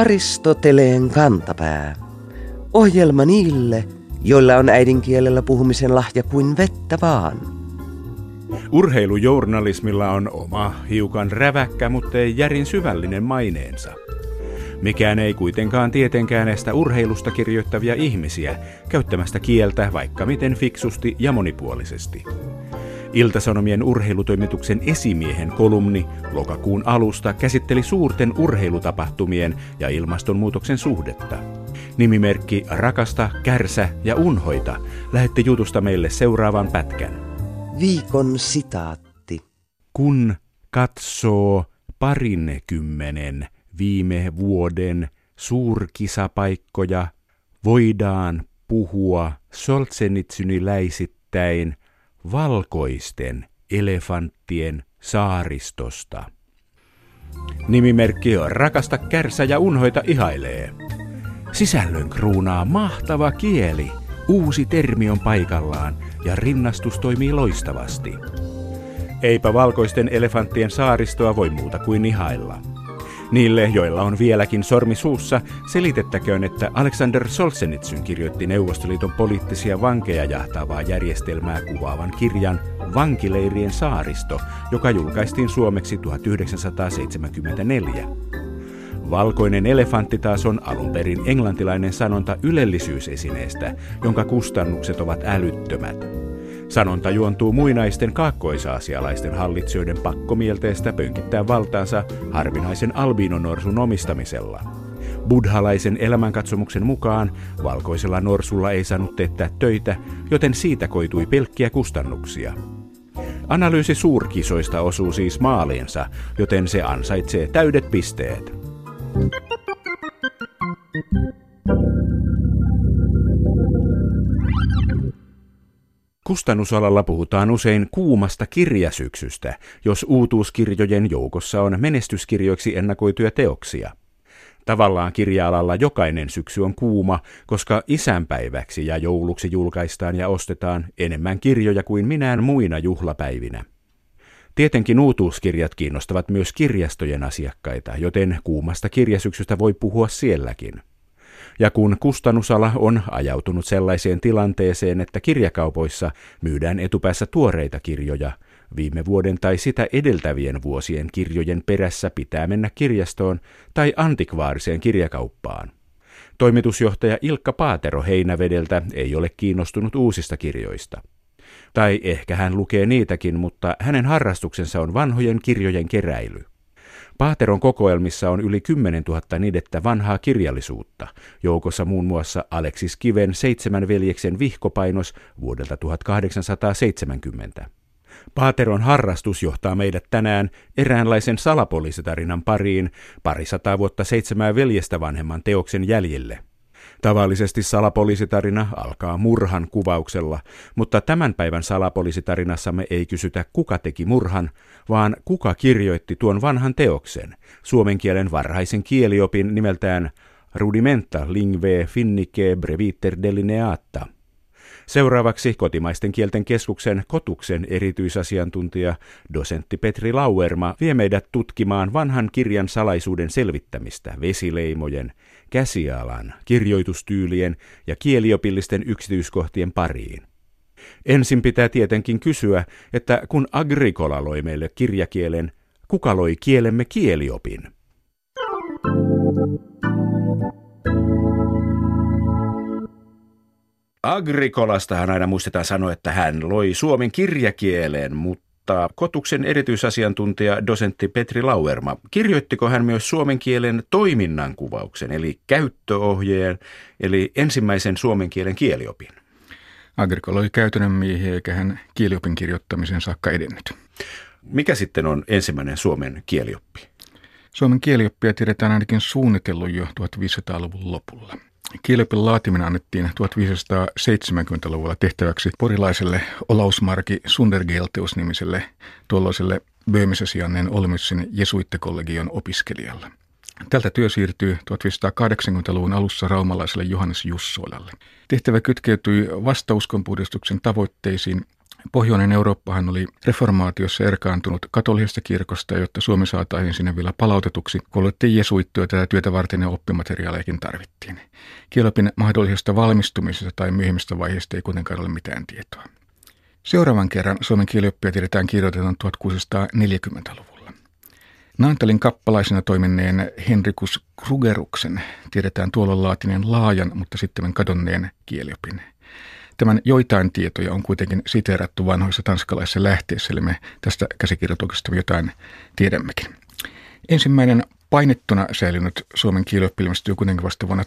Aristoteleen kantapää. Ohjelma niille, joilla on äidinkielellä puhumisen lahja kuin vettä vaan. Urheilujournalismilla on oma, hiukan räväkkä, mutta ei järin syvällinen maineensa. Mikään ei kuitenkaan tietenkään estä urheilusta kirjoittavia ihmisiä käyttämästä kieltä vaikka miten fiksusti ja monipuolisesti. Ilta-Sanomien urheilutoimituksen esimiehen kolumni lokakuun alusta käsitteli suurten urheilutapahtumien ja ilmastonmuutoksen suhdetta. Nimimerkki Rakasta, Kärsä ja Unhoita lähetti jutusta meille seuraavan pätkän. Viikon sitaatti. Kun katsoo 20 viime vuoden suurkisapaikkoja, voidaan puhua solzhenitsyniläisittäin valkoisten elefanttien saaristosta. Nimimerkki Rakasta, Kärsä ja Unhoita ihailee. Sisällön kruunaa mahtava kieli. Uusi termi on paikallaan ja rinnastus toimii loistavasti. Eipä valkoisten elefanttien saaristoa voi muuta kuin ihailla. Niille, joilla on vieläkin sormi suussa, selitettäköön, että Alexander Solzhenitsyn kirjoitti Neuvostoliiton poliittisia vankeja jahtaavaa järjestelmää kuvaavan kirjan Vankileirien saaristo, joka julkaistiin suomeksi 1974. Valkoinen elefantti taas on alun perin englantilainen sanonta ylellisyysesineestä, jonka kustannukset ovat älyttömät. Sanonta juontuu muinaisten kaakkois-aasialaisten hallitsijoiden pakkomielteestä pönkittää valtaansa harvinaisen albiinonorsun omistamisella. Buddhalaisen elämänkatsomuksen mukaan valkoisella norsulla ei saanut teettää töitä, joten siitä koitui pelkkiä kustannuksia. Analyysi suurkisoista osuu siis maaliinsa, joten se ansaitsee täydet pisteet. Kustannusalalla puhutaan usein kuumasta kirjasyksystä, jos uutuuskirjojen joukossa on menestyskirjoiksi ennakoituja teoksia. Tavallaan kirja-alalla jokainen syksy on kuuma, koska isänpäiväksi ja jouluksi julkaistaan ja ostetaan enemmän kirjoja kuin minään muina juhlapäivinä. Tietenkin uutuuskirjat kiinnostavat myös kirjastojen asiakkaita, joten kuumasta kirjasyksystä voi puhua sielläkin. Ja kun kustannusala on ajautunut sellaiseen tilanteeseen, että kirjakaupoissa myydään etupäässä tuoreita kirjoja, viime vuoden tai sitä edeltävien vuosien kirjojen perässä pitää mennä kirjastoon tai antikvaariseen kirjakauppaan. Toimitusjohtaja Ilkka Paatero Heinävedeltä ei ole kiinnostunut uusista kirjoista. Tai ehkä hän lukee niitäkin, mutta hänen harrastuksensa on vanhojen kirjojen keräily. Paateron kokoelmissa on yli 10 000 nidettä vanhaa kirjallisuutta, joukossa muun muassa Aleksis Kiven 7 veljeksen vihkopainos vuodelta 1870. Paateron harrastus johtaa meidät tänään eräänlaisen salapoliisitarinan pariin 200 vuotta 7 veljestä vanhemman teoksen jäljille. Tavallisesti salapoliisitarina alkaa murhan kuvauksella, mutta tämän päivän salapoliisitarinassamme ei kysytä kuka teki murhan, vaan kuka kirjoitti tuon vanhan teoksen, suomen kielen varhaisen kieliopin nimeltään Rudimenta Lingvae Finnike Breviter Delineata. Seuraavaksi Kotimaisten kielten keskuksen Kotuksen erityisasiantuntija, dosentti Petri Lauerma vie meidät tutkimaan vanhan kirjan salaisuuden selvittämistä vesileimojen, käsialan, kirjoitustyylien ja kieliopillisten yksityiskohtien pariin. Ensin pitää tietenkin kysyä, että kun Agricola loi meille kirjakielen, kuka loi kielemme kieliopin? Agricolastahan aina muistetaan sanoa, että hän loi suomen kirjakielen, mutta Kotuksen erityisasiantuntija dosentti Petri Lauerma, kirjoittiko hän myös suomen kielen toiminnan kuvauksen, eli käyttöohjeen, eli ensimmäisen suomen kielen kieliopin? Agricola oli käytännön miehiä, eikä hän kieliopin kirjoittamisen saakka edennyt. Mikä sitten on ensimmäinen suomen kielioppi? Suomen kielioppia tiedetään ainakin suunnitellut jo 1500-luvun lopulla. Kieliopin laatiminen annettiin 1570-luvulla tehtäväksi porilaiselle Olausmarki Sundergelteus-nimiselle tuolloiselle Böhmissä sijainneen Olmützin jesuittekollegion opiskelijalle. Tältä työ siirtyi 1580-luvun alussa raumalaiselle Johannes Jussolalle. Tehtävä kytkeytyi vastauskonpuhdistuksen tavoitteisiin. Pohjoinen Eurooppahan oli reformaatiossa erkaantunut katolisesta kirkosta, jotta Suomi saataisiin sinne vielä palautetuksi. Koulutettiin jesuittuja tätä työtä varten ja oppimateriaalejakin tarvittiin. Kieliopin mahdollisesta valmistumisesta tai myöhemmistä vaiheista ei kuitenkaan ole mitään tietoa. Seuraavan kerran Suomen kielioppia tiedetään kirjoitetaan 1640-luvulla. Naantalin kappalaisena toimineen Henricus Krugeruksen tiedetään tuolloin laatineen laajan, mutta sitten kadonneen kieliopin. Tämän joitain tietoja on kuitenkin siteerattu vanhoissa tanskalaisissa lähteissä, eli me tästä käsikirjoituksesta jotain tiedämmekin. Ensimmäinen painettuna säilynyt Suomen kielioppi ilmestyi kuitenkin vasta vuonna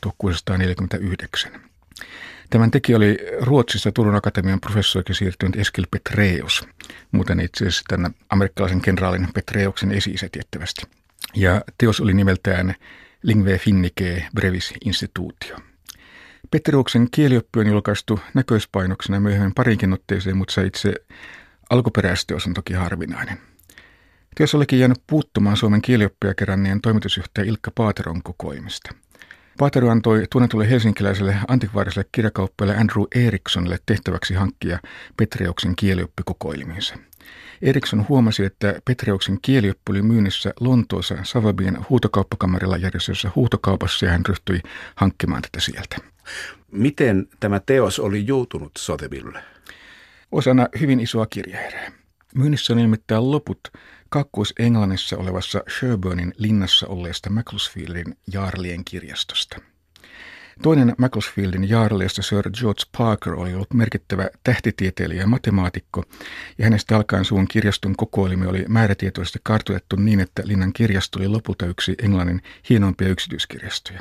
1649. Tämän teki oli Ruotsissa Turun Akatemian professoriksi siirtynyt Eskil Petreus, muuten itse asiassa tämän amerikkalaisen kenraalin Petreuksen esi-isä tiettävästi. Ja teos oli nimeltään Lingve Finnike Brevis Institutio. Petreuksen kielioppi on julkaistu näköispainoksena myöhemmin parinkin otteeseen, mutta se itse alkuperäisteos on toki harvinainen. Teos olikin jäänyt puuttumaan Suomen kielioppia keränneen toimitusjohtaja Ilkka Paateron kokoelmista. Paatero antoi tunnetulle helsinkiläiselle antikvaariselle kirjakauppiaalle Andrew Erikssonille tehtäväksi hankkia Petreuksen kielioppikokoelmiinsa. Eriksson huomasi, että Petreuksen kielioppi oli myynnissä Lontoossa Sotheby'in huutokauppakamarilla järjestössä huutokaupassa ja hän ryhtyi hankkimaan tätä sieltä. Miten tämä teos oli juutunut Sotheby'lle? Osana hyvin isoa kirjaerää. Myynnissä on nimittäin loput Kaakkois-Englannissa olevassa Sherburnin linnassa olleesta Macclesfieldin jaarlien kirjastosta. Toinen Macclesfieldin jaarleista Sir George Parker oli ollut merkittävä tähtitieteilijä ja matemaatikko, ja hänestä alkaen suun kirjaston kokoelmi oli määrätietoisesti kartoitettu niin, että linnan kirjasto oli lopulta yksi Englannin hienoimpia yksityiskirjastoja.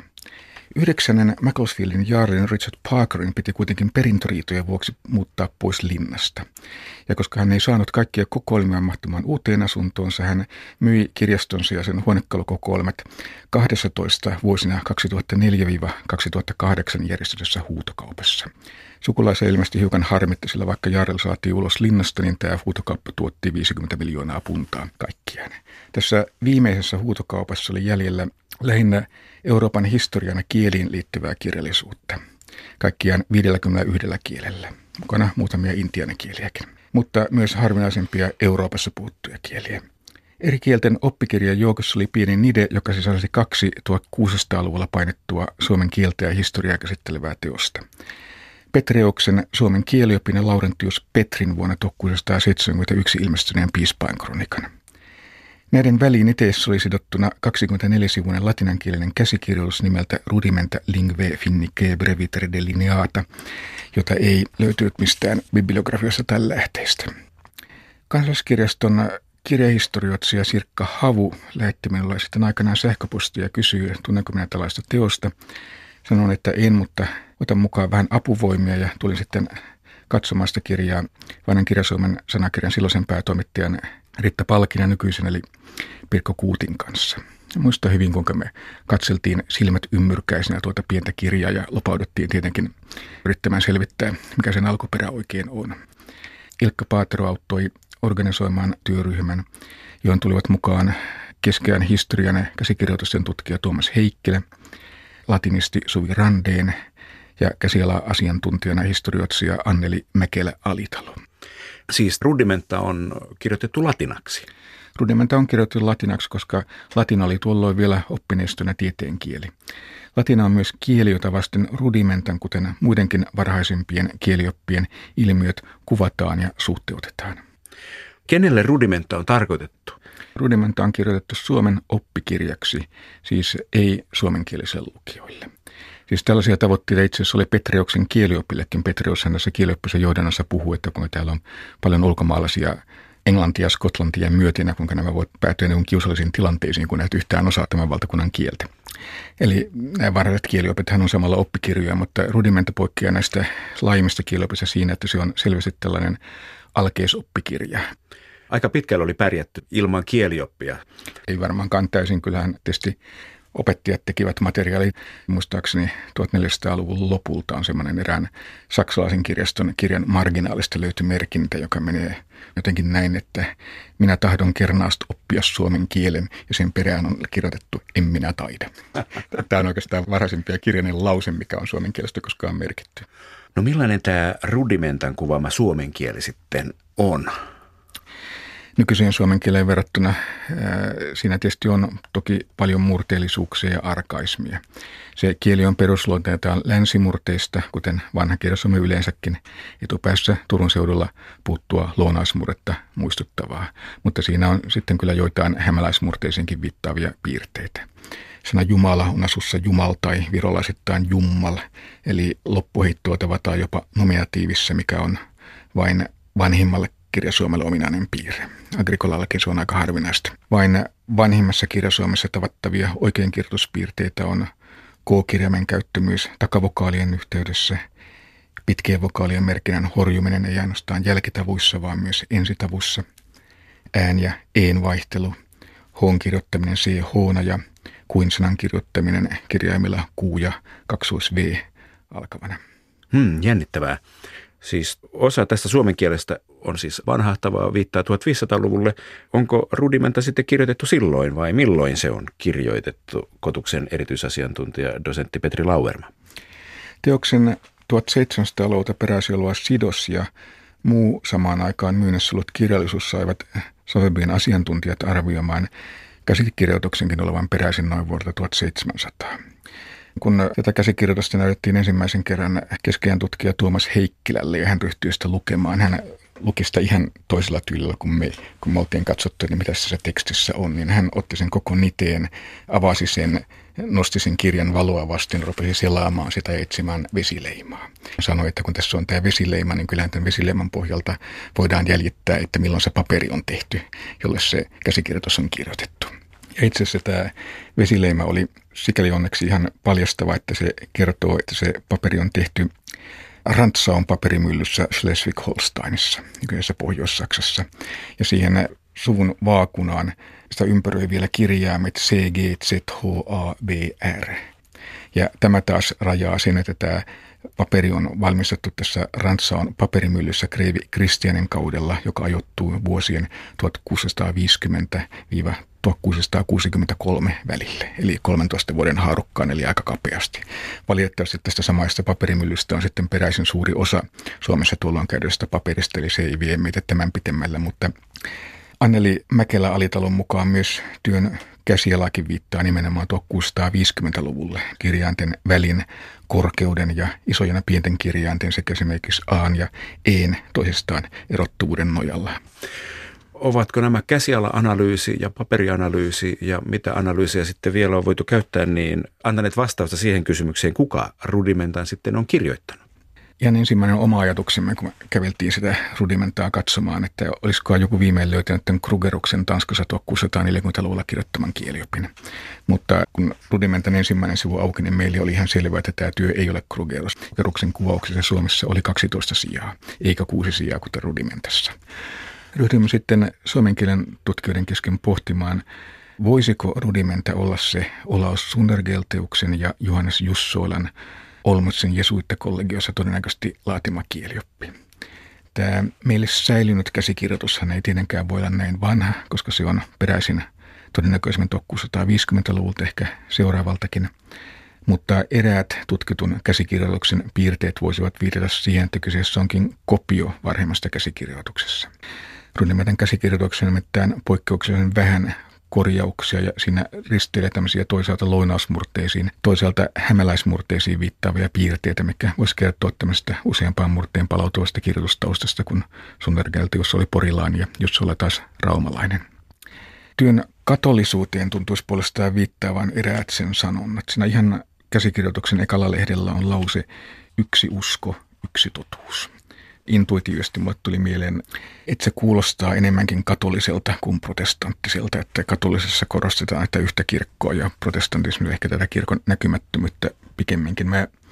9. Macclesfieldin jaarlin Richard Parkerin piti kuitenkin perintöriitojen vuoksi muuttaa pois linnasta. Ja koska hän ei saanut kaikkia kokoelmia mahtumaan uuteen asuntoonsa, hän myi kirjastonsa ja sen huonekalukokoelmat 12 vuosina 2004-2008 järjestetyssä huutokaupassa. Sukulaisia ilmeisesti hiukan harmitti, sillä vaikka jaarli saatiin ulos linnasta, niin tämä huutokauppa tuotti 50 miljoonaa puntaa kaikkiaan. Tässä viimeisessä huutokaupassa oli jäljellä lähinnä Euroopan historian ja kieliin liittyvää kirjallisuutta. Kaikkiaan 51 kielellä. Mukana muutamia intiaanikieliäkin, mutta myös harvinaisempia Euroopassa puhuttuja kieliä. Eri kielten oppikirjan joukossa oli pieni nide, joka sisälsi 2 1600-luvulla painettua suomen kieltä ja historiaa käsittelevää teosta. Petreuksen Suomen kieliopin ja Laurentius Petrin vuonna 1671 ilmestyneen piispainkronikan. Näiden väliin iteissä oli sidottuna 24-sivuinen latinankielinen käsikirjoitus nimeltä Rudimenta Lingve Finnike Breviter Delineata, jota ei löytynyt mistään bibliografiasta tai lähteistä. Kansalliskirjaston kirjahistorioitsija Sirkka Havu lähetti minulle sitten aikanaan sähköpostia ja kysyi, tunnenko minä tällaista teosta. Sanoin, että en, mutta otan mukaan vähän apuvoimia ja tulin sitten katsomaan sitä kirjaa Vanhan Kirjasuomen sanakirjan silloisen päätoimittajan Riitta Palkin ja nykyisen eli Pirkko Kuutin kanssa. Muistan hyvin, kuinka me katseltiin silmät ymmyrkäisenä tuota pientä kirjaa ja lopauduttiin tietenkin yrittämään selvittää, mikä sen alkuperä oikein on. Ilkka Paatero auttoi organisoimaan työryhmän, johon tulivat mukaan keskeään historian ja käsikirjoitusten tutkija Tuomas Heikkilä, latinisti Suvi Randeen ja käsiala-asiantuntijana historioitsija Anneli Mäkelä-Alitalo. Siis Rudimenta on kirjoitettu latinaksi. Rudimenta on kirjoitettu latinaksi, koska latina oli tuolloin vielä oppineistona tieteenkieli. Latina on myös kieli, jota vasten rudimentan, kuten muidenkin varhaisimpien kielioppien ilmiöt kuvataan ja suhteutetaan. Kenelle Rudimenta on tarkoitettu? Rudimenta on kirjoitettu Suomen oppikirjaksi, siis ei suomenkielisille lukijoille. Siis tällaisia tavoitteita itse asiassa oli Petreuksen kieliopillekin. Petreus tässä kielioppisen johdannossa puhuu, että kun täällä on paljon ulkomaalaisia englantia ja skotlantia myötinä, kuinka nämä voivat päätyä kiusallisiin tilanteisiin, kun näet yhtään osaa tämän valtakunnan kieltä. Eli nämä varhaiset kieliopithan on samalla oppikirjoja, mutta Rudimenta poikkeaa näistä laajemmista kieliopista siinä, että se on selvästi tällainen alkeisoppikirja. Aika pitkällä oli pärjätty ilman kielioppia. Ei varmaankaan täysin, kyllähän tietysti opettajat tekivät materiaalia. Muistaakseni 1400-luvun lopulta on semmoinen erään saksalaisen kirjaston kirjan marginaalista löytyi merkintä, joka menee jotenkin näin, että minä tahdon kernaasti oppia suomen kielen ja sen perään on kirjoitettu en minä taida. Tämä on oikeastaan varhaisimpia kirjainen lause, mikä on suomen kielestä koskaan merkitty. No millainen tämä Rudimentan kuvaama suomen kieli sitten on? Nykyiseen suomen kieleen verrattuna siinä tietysti on toki paljon murteellisuuksia ja arkaismia. Se kieli on perusluonteeltaan länsimurteista, kuten vanha kirjasuome yleensäkin. Etupäässä Turun seudulla puuttua lounaismurretta muistuttavaa, mutta siinä on sitten kyllä joitain hämäläismurteisiinkin viittaavia piirteitä. Sana Jumala on asussa jumal tai virolaisittain jummal, eli loppuheittoa tavataan jopa nominatiivissa, mikä on vain vanhimmalle kirjasuomelle ominainen piirre. Agricolallakin se on aika harvinaista. Vain vanhimmassa kirjasuomessa tavattavia oikeinkirjoituspiirteitä on k-kirjaimen käyttömyys takavokaalien yhteydessä, pitkien vokaalien merkinnän horjuminen ei ainoastaan jälkitavuissa, vaan myös ensitavuissa, ään ja een vaihtelu, h:n kirjoittaminen ch-na ja kuin sanan kirjoittaminen kirjaimilla Q ja V alkavana. Jännittävää. Siis osa tästä suomen kielestä on siis vanhahtavaa, viittaa 1500-luvulle. Onko Rudimenta sitten kirjoitettu silloin vai milloin se on kirjoitettu, Kotuksen erityisasiantuntija dosentti Petri Lauerma? Teoksen 1700-luvulta peräisin oleva Sidos ja muu samaan aikaan myynnissä ollut kirjallisuus saivat Sotheby'n asiantuntijat arvioimaan käsikirjoituksenkin olevan peräisin noin vuodelta 1700. Kun tätä käsikirjoitusta näytettiin ensimmäisen kerran keskiajan tutkija Tuomas Heikkilälle ja hän ryhtyi sitä lukemaan, hän luki sitä ihan toisella tyylillä kuin me, kun me oltiin katsottu, niin mitä se tekstissä on, niin hän otti sen koko niteen, avasi sen, nosti sen kirjan valoa vasten, rupesi selaamaan sitä ja etsimään vesileimaa. Sanoi, että kun tässä on tämä vesileima, niin kyllähän tämän vesileiman pohjalta voidaan jäljittää, että milloin se paperi on tehty, jolle se käsikirjoitus on kirjoitettu. Ja itse asiassa tämä vesileima oli sikäli onneksi ihan paljastava, että se kertoo, että se paperi on tehty Rantzaun paperimyllyssä Schleswig-Holsteinissa, nykyisessä Pohjois-Saksassa. Ja siihen suvun vaakunaan sitä ympäröi vielä kirjaimet C, G, Z, H, A, B, R. Ja tämä taas rajaa sen, että tämä paperi on valmistettu tässä Rantzaun paperimyllyssä kreivi Kristianin kaudella, joka ajoittuu vuosien 1650-1663 välille, eli 13 vuoden haarukkaan, eli aika kapeasti. Valitettavasti tästä samaista paperimyllystä on sitten peräisin suuri osa Suomessa tuolloin käytöstä paperista, eli se ei vie meitä tämän pitemmällä, mutta Anneli Mäkelä-Alitalon mukaan myös työn käsialakin viittaa nimenomaan 1650-luvulle kirjainten välin korkeuden ja isojen ja pienten kirjainten sekä esimerkiksi A:n ja E:n toisestaan erottuvuuden nojalla. Ovatko nämä käsiala-analyysi ja paperianalyysi ja mitä analyysiä sitten vielä on voitu käyttää, niin antaneet vastausta siihen kysymykseen, kuka Rudimentan sitten on kirjoittanut? Ihan ensimmäinen oma ajatuksemme, kun me käveltiin sitä Rudimentaa katsomaan, että olisikohan joku viimein löytänyt tämän Krugeruksen Tanskassa 1640-luvulla kirjoittaman kieliopin. Mutta kun Rudimentan ensimmäinen sivu auki, niin meille oli ihan selvää, että tämä työ ei ole Krugerus. Krugeruksen kuvauksessa Suomessa oli 12 sijaa, eikä 6 sijaa kuten Rudimentassa. Ryhdyimme sitten suomen kielen tutkijoiden kesken pohtimaan, voisiko Rudimenta olla se Olaus Sundergelteuksen ja Johannes Jussoilan Olmutsen jesuittakollegiossa todennäköisesti laatima kielioppi. Tämä meille säilynyt käsikirjoitushan ei tietenkään voi olla näin vanha, koska se on peräisin todennäköisemmin 1650-luvulta ehkä seuraavaltakin. Mutta eräät tutkitun käsikirjoituksen piirteet voisivat viitata siihen, että kyseessä onkin kopio varhemmasta käsikirjoituksessa. Rudimentan käsikirjoituksen nimittäin poikkeuksellisen vähän korjauksia ja siinä risteilee tämmöisiä toisaalta lounausmurteisiin, toisaalta hämäläismurteisiin viittaavia piirteitä, mikä voisi kertoa tämmöistä useampaan murteen palautuvasta kirjoitustaustasta, kun Sundergeltius oli porilainen ja Jussola taas raumalainen. Työn katolisuuteen tuntuisi puolestaan viittaavan eräät sen sanonnat. Siinä ihan käsikirjoituksen ekalla lehdellä on lause yksi usko, yksi totuus. Intuitiivisesti mulle tuli mieleen, että se kuulostaa enemmänkin katoliselta kuin protestanttiselta, että katolisessa korostetaan että yhtä kirkkoa ja protestantismilla ehkä tätä kirkon näkymättömyyttä pikemminkin. Mä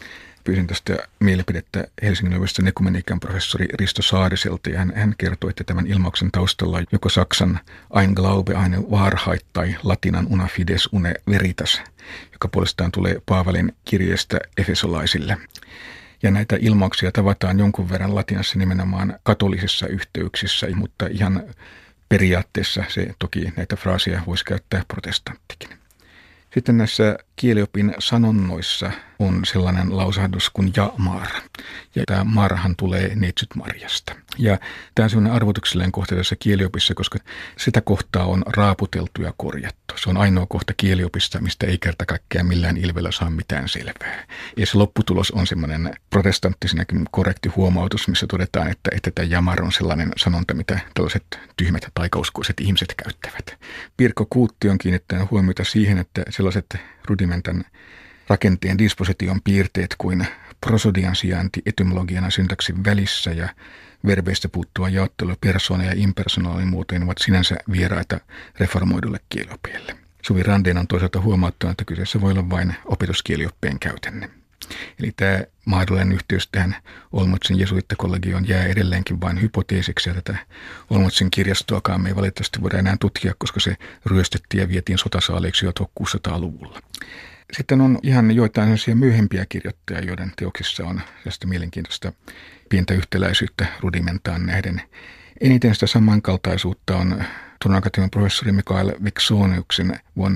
Pyysin tästä mielipidettä Helsingin yliopiston ekumeniikan professori Risto Saariselta, ja hän kertoi, että tämän ilmauksen taustalla on joko saksan Ein Glaube, eine Wahrheit tai latinan una fides une veritas, joka puolestaan tulee Paavalin kirjeestä efesolaisille. Ja näitä ilmauksia tavataan jonkun verran latinassa nimenomaan katolisissa yhteyksissä, mutta ihan periaatteessa se toki näitä fraaseja voisi käyttää protestanttikin. Sitten näissä kieliopin sanonnoissa on sellainen lausahdus kuin ja-mar. Ja tämä marhan tulee neitsyt marjasta. Ja tämä on sellainen arvotuksellinen kohta tässä kieliopissa, koska sitä kohtaa on raaputeltu ja korjattu. Se on ainoa kohta kieliopista, mistä ei kerta kaikkiaan millään ilvellä saa mitään selvää. Ja se lopputulos on semmoinen protestanttisenakin korrekti huomautus, missä todetaan, että tämä jamar on sellainen sanonta, mitä tällaiset tyhmät taikauskoiset ihmiset käyttävät. Pirkko Kuutti on kiinnittänyt huomiota siihen, että sellaiset rudimentan rakenteen disposition piirteet kuin prosodian sijainti etymologiana syntaksin välissä ja verbeistä puuttuva jaottelu persoona- ja impersonaalimuotojen ovat sinänsä vieraita reformoidulle kieliopeille. Suvi Randeen on toisaalta huomauttanut, että kyseessä voi olla vain opetuskielioppeen käytänne. Eli tämä mahdollinen yhteys tähän Olmutsin jesuittakollegioon jää edelleenkin vain hypoteesiksi, ja tätä Olmutsin kirjastoakaan me ei valitettavasti voida enää tutkia, koska se ryöstettiin ja vietiin sotasaaleiksi jo 1600-luvulla. Sitten on ihan joitain sellaisia myöhempiä kirjoittajia, joiden teoksissa on tästä mielenkiintoista pientä yhtäläisyyttä rudimentaan nähden. Eniten sitä samankaltaisuutta on Turun Akatemian professori Mikael Wicksoniuksen vuonna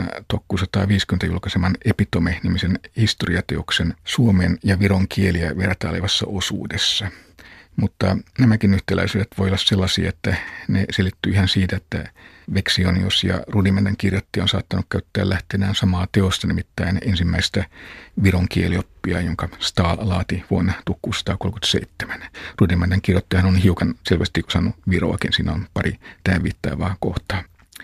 1650 julkaiseman Epitome-nimisen historiateoksen Suomen ja Viron kieliä vertailevassa osuudessa. Mutta nämäkin yhtäläisyydet voi olla sellaisia, että ne selittyy ihan siitä, että Veksionius ja rudimentan kirjoittaja on saattanut käyttää lähteenään samaa teosta, nimittäin ensimmäistä Viron kielioppia, jonka Stahl laati vuonna 1637. Rudimentan kirjoittajahan on hiukan selvästi osannut viroakin, siinä on pari tähän viittaavaa kohtaa.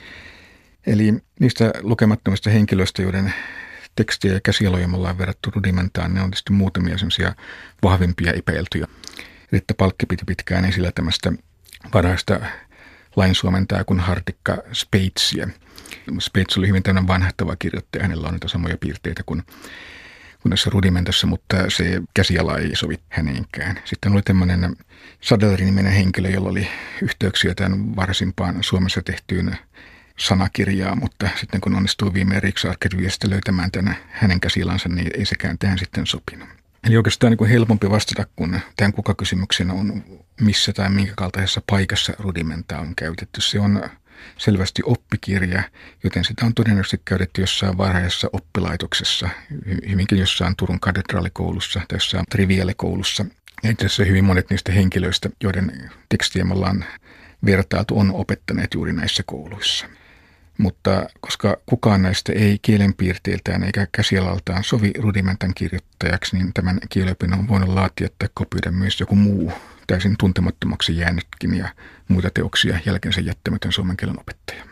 Eli niistä lukemattomista henkilöistä, joiden tekstiä ja käsialoja me ollaan verrattu rudimentaan, ne on tietysti muutamia semmoisia vahvempia epäiltyjä. Riitta Palkki piti pitkään esillä tämmöistä varhaista lainsuomentajaa kuin Hartikka Speitsiä. Speits oli hyvin tämmöinen vanhahtava kirjoittaja, hänellä on niitä samoja piirteitä kuin tässä rudimentassa, mutta se käsiala ei sovi häneenkään. Sitten oli tämmöinen Sadeleri-niminen henkilö, jolla oli yhteyksiä tämän varhaisimpaan Suomessa tehtyyn sanakirjaa, mutta sitten kun onnistui viimein Riksarkiviasta löytämään tämän hänen käsialansa, niin ei sekään tähän sitten sopinut. Eli oikeastaan niin helpompi vastata, kun tämän kuka-kysymyksen on missä tai minkä kaltaisessa paikassa rudimentaa on käytetty. Se on selvästi oppikirja, joten sitä on todennäköisesti käytetty jossain varhaisessa oppilaitoksessa, hyvinkin jossain Turun katedraalikoulussa tai jossain triviaalikoulussa. Ja itse asiassa hyvin monet niistä henkilöistä, joiden tekstiä me ollaan vertailtu, on opettaneet juuri näissä kouluissa. Mutta koska kukaan näistä ei kielenpiirteiltään eikä käsialaltaan sovi rudimentan kirjoittajaksi, niin tämän kieliopin on voinut laatia tai kopioida myös joku muu täysin tuntemattomaksi jäänytkin ja muita teoksia jälkeensä jättämätön suomen kielen opettaja.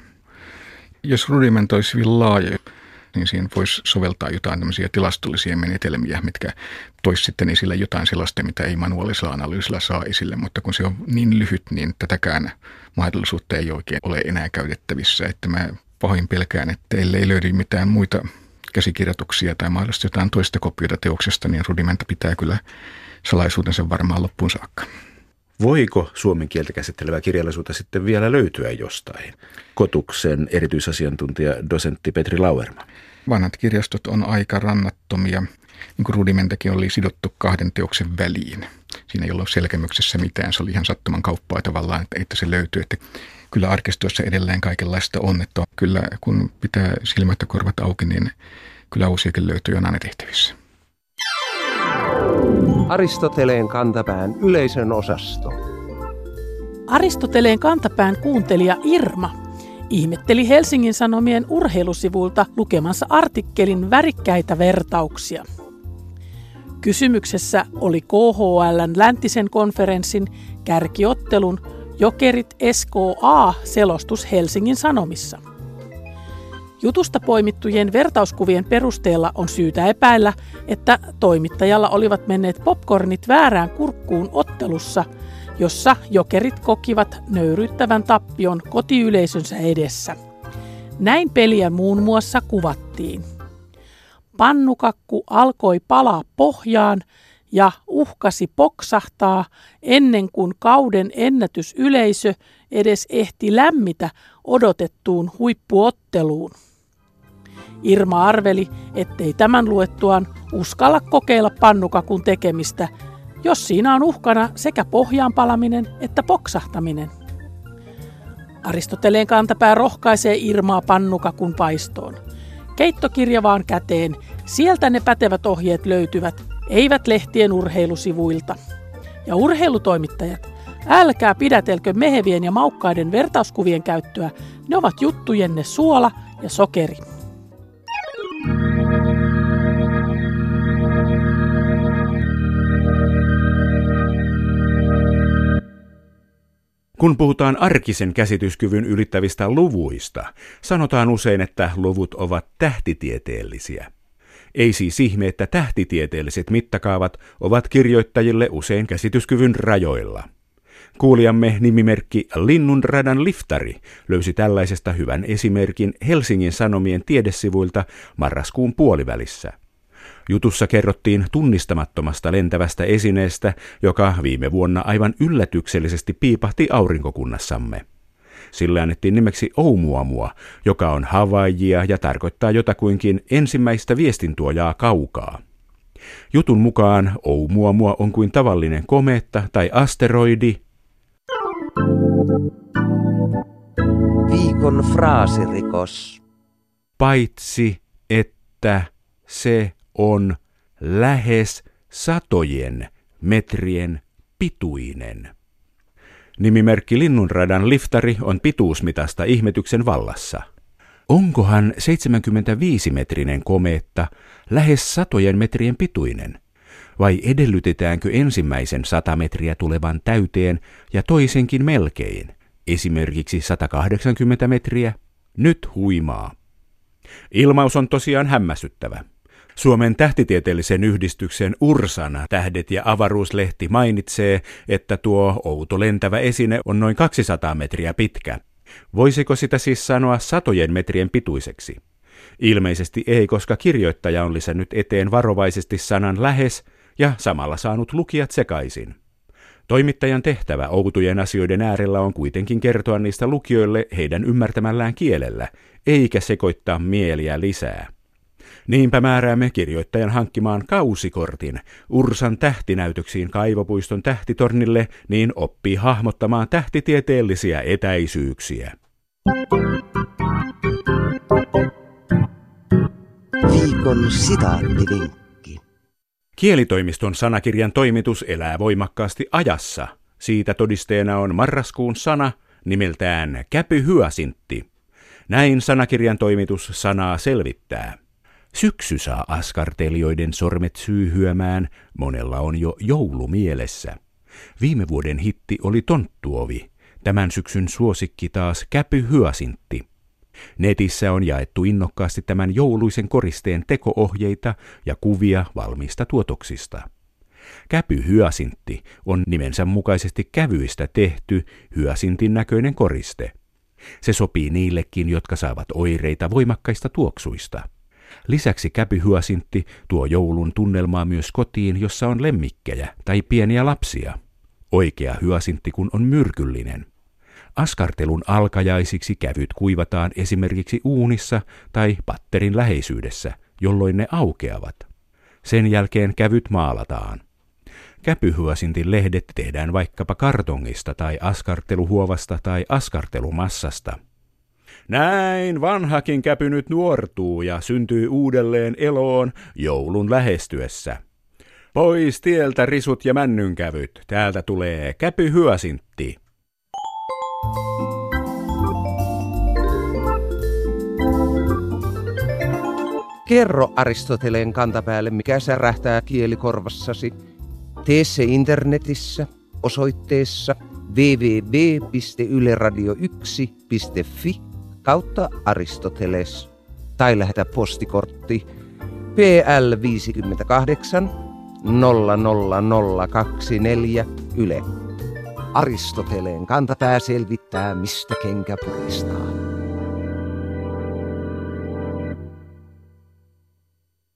Jos rudiment olisi hyvin laaja, niin siihen voisi soveltaa jotain tämmöisiä tilastollisia menetelmiä, mitkä toisi sitten esille jotain sellaista, mitä ei manuaalisella analyysillä saa esille, mutta kun se on niin lyhyt, niin tätäkään mahdollisuutta ei oikein ole enää käytettävissä, että mä pahoin pelkään, että ellei löydy mitään muita käsikirjoituksia tai mahdollisesti jotain toista kopiota teoksesta, niin rudimenta pitää kyllä salaisuutensa varmaan loppuun saakka. Voiko suomen kieltä käsittelevää kirjallisuutta sitten vielä löytyä jostain? Kotuksen erityisasiantuntija dosentti Petri Lauerma. Vanhat kirjastot on aika rannattomia, niin kuin rudimentakin oli sidottu 2 teoksen väliin. Siinä ei ollut selkämyksessä mitään, se oli ihan sattuman kauppaa tavallaan, että se löytyy. Että kyllä arkistoissa edelleen kaikenlaista on, että kyllä kun pitää silmät ja korvat auki, niin kyllä uusiakin löytyy on aina tehtävissä. Aristoteleen kantapään yleisön osasto. Aristoteleen kantapään kuuntelija Irma ihmetteli Helsingin Sanomien urheilusivulta lukemansa artikkelin värikkäitä vertauksia. Kysymyksessä oli KHL:n läntisen konferenssin kärkiottelun Jokerit SKA-selostus Helsingin Sanomissa. Jutusta poimittujen vertauskuvien perusteella on syytä epäillä, että toimittajalla olivat menneet popcornit väärään kurkkuun ottelussa, jossa Jokerit kokivat nöyryyttävän tappion kotiyleisönsä edessä. Näin peliä muun muassa kuvattiin. Pannukakku alkoi palaa pohjaan ja uhkasi poksahtaa ennen kuin kauden ennätysyleisö edes ehti lämmitä odotettuun huippuotteluun. Irma arveli, ettei tämän luettuaan uskalla kokeilla pannukakun tekemistä, jos siinä on uhkana sekä pohjaan palaminen että poksahtaminen. Aristoteleen kantapää rohkaisee Irmaa pannukakun paistoon. Keittokirja vaan käteen, sieltä ne pätevät ohjeet löytyvät, eivät lehtien urheilusivuilta. Ja urheilutoimittajat, älkää pidätelkö mehevien ja maukkaiden vertauskuvien käyttöä, ne ovat juttujenne suola ja sokeri. Kun puhutaan arkisen käsityskyvyn ylittävistä luvuista, sanotaan usein, että luvut ovat tähtitieteellisiä. Ei siis ihme, että tähtitieteelliset mittakaavat ovat kirjoittajille usein käsityskyvyn rajoilla. Kuulijamme nimimerkki Linnunradan liftari löysi tällaisesta hyvän esimerkin Helsingin Sanomien tiedesivuilta marraskuun puolivälissä. Jutussa kerrottiin tunnistamattomasta lentävästä esineestä, joka viime vuonna aivan yllätyksellisesti piipahti aurinkokunnassamme. Sille annettiin nimeksi Oumuamua, joka on Havaijia ja tarkoittaa jotakuinkin ensimmäistä viestintuojaa kaukaa. Jutun mukaan Oumuamua on kuin tavallinen komeetta tai asteroidi. Viikon fraasirikos. Paitsi, että se on lähes satojen metrien pituinen. Nimimerkki Linnunradan liftari on pituusmitasta ihmetyksen vallassa. Onkohan 75-metrinen komeetta lähes satojen metrien pituinen? Vai edellytetäänkö ensimmäisen 100 metriä tulevan täyteen ja toisenkin melkein, esimerkiksi 180 metriä? Nyt huimaa. Ilmaus on tosiaan hämmästyttävä. Suomen tähtitieteellisen yhdistyksen Ursan tähdet ja avaruuslehti mainitsee, että tuo outo lentävä esine on noin 200 metriä pitkä. Voisiko sitä siis sanoa satojen metrien pituiseksi? Ilmeisesti ei, koska kirjoittaja on lisännyt eteen varovaisesti sanan lähes ja samalla saanut lukijat sekaisin. Toimittajan tehtävä outojen asioiden äärellä on kuitenkin kertoa niistä lukijoille heidän ymmärtämällään kielellä, eikä sekoittaa mieliä lisää. Niinpä määräämme kirjoittajan hankkimaan kausikortin Ursan tähtinäytöksiin Kaivopuiston tähtitornille, niin oppii hahmottamaan tähtitieteellisiä etäisyyksiä. Viikon sitaattivinkki. Kielitoimiston sanakirjan toimitus elää voimakkaasti ajassa. Siitä todisteena on marraskuun sana nimeltään käpyhyasintti. Näin sanakirjan toimitus sanaa selvittää. Syksy saa askartelijoiden sormet syyhyämään, monella on jo joulu mielessä. Viime vuoden hitti oli tonttuovi, tämän syksyn suosikki taas käpyhyasintti. Netissä on jaettu innokkaasti tämän jouluisen koristeen teko-ohjeita ja kuvia valmiista tuotoksista. Käpyhyasintti on nimensä mukaisesti kävyistä tehty hyasintin näköinen koriste. Se sopii niillekin, jotka saavat oireita voimakkaista tuoksuista. Lisäksi käpyhyasintti tuo joulun tunnelmaa myös kotiin, jossa on lemmikkejä tai pieniä lapsia. Oikea hyasintti kun on myrkyllinen. Askartelun alkajaisiksi kävyt kuivataan esimerkiksi uunissa tai patterin läheisyydessä, jolloin ne aukeavat. Sen jälkeen kävyt maalataan. Käpyhyasintin lehdet tehdään vaikkapa kartongista tai askarteluhuovasta tai askartelumassasta. Näin vanhakin käpy nyt nuortuu ja syntyy uudelleen eloon joulun lähestyessä. Pois tieltä risut ja männynkävyt, täältä tulee käpyhyasintti. Kerro Aristoteleen kantapäälle, mikä särähtää kielikorvassasi. Tee se internetissä osoitteessa www.yleradio1.fi/Aristoteles tai lähetä postikortti PL 58 00024 Yle. Aristoteleen kantapää selvittää, mistä kenkä puristaa.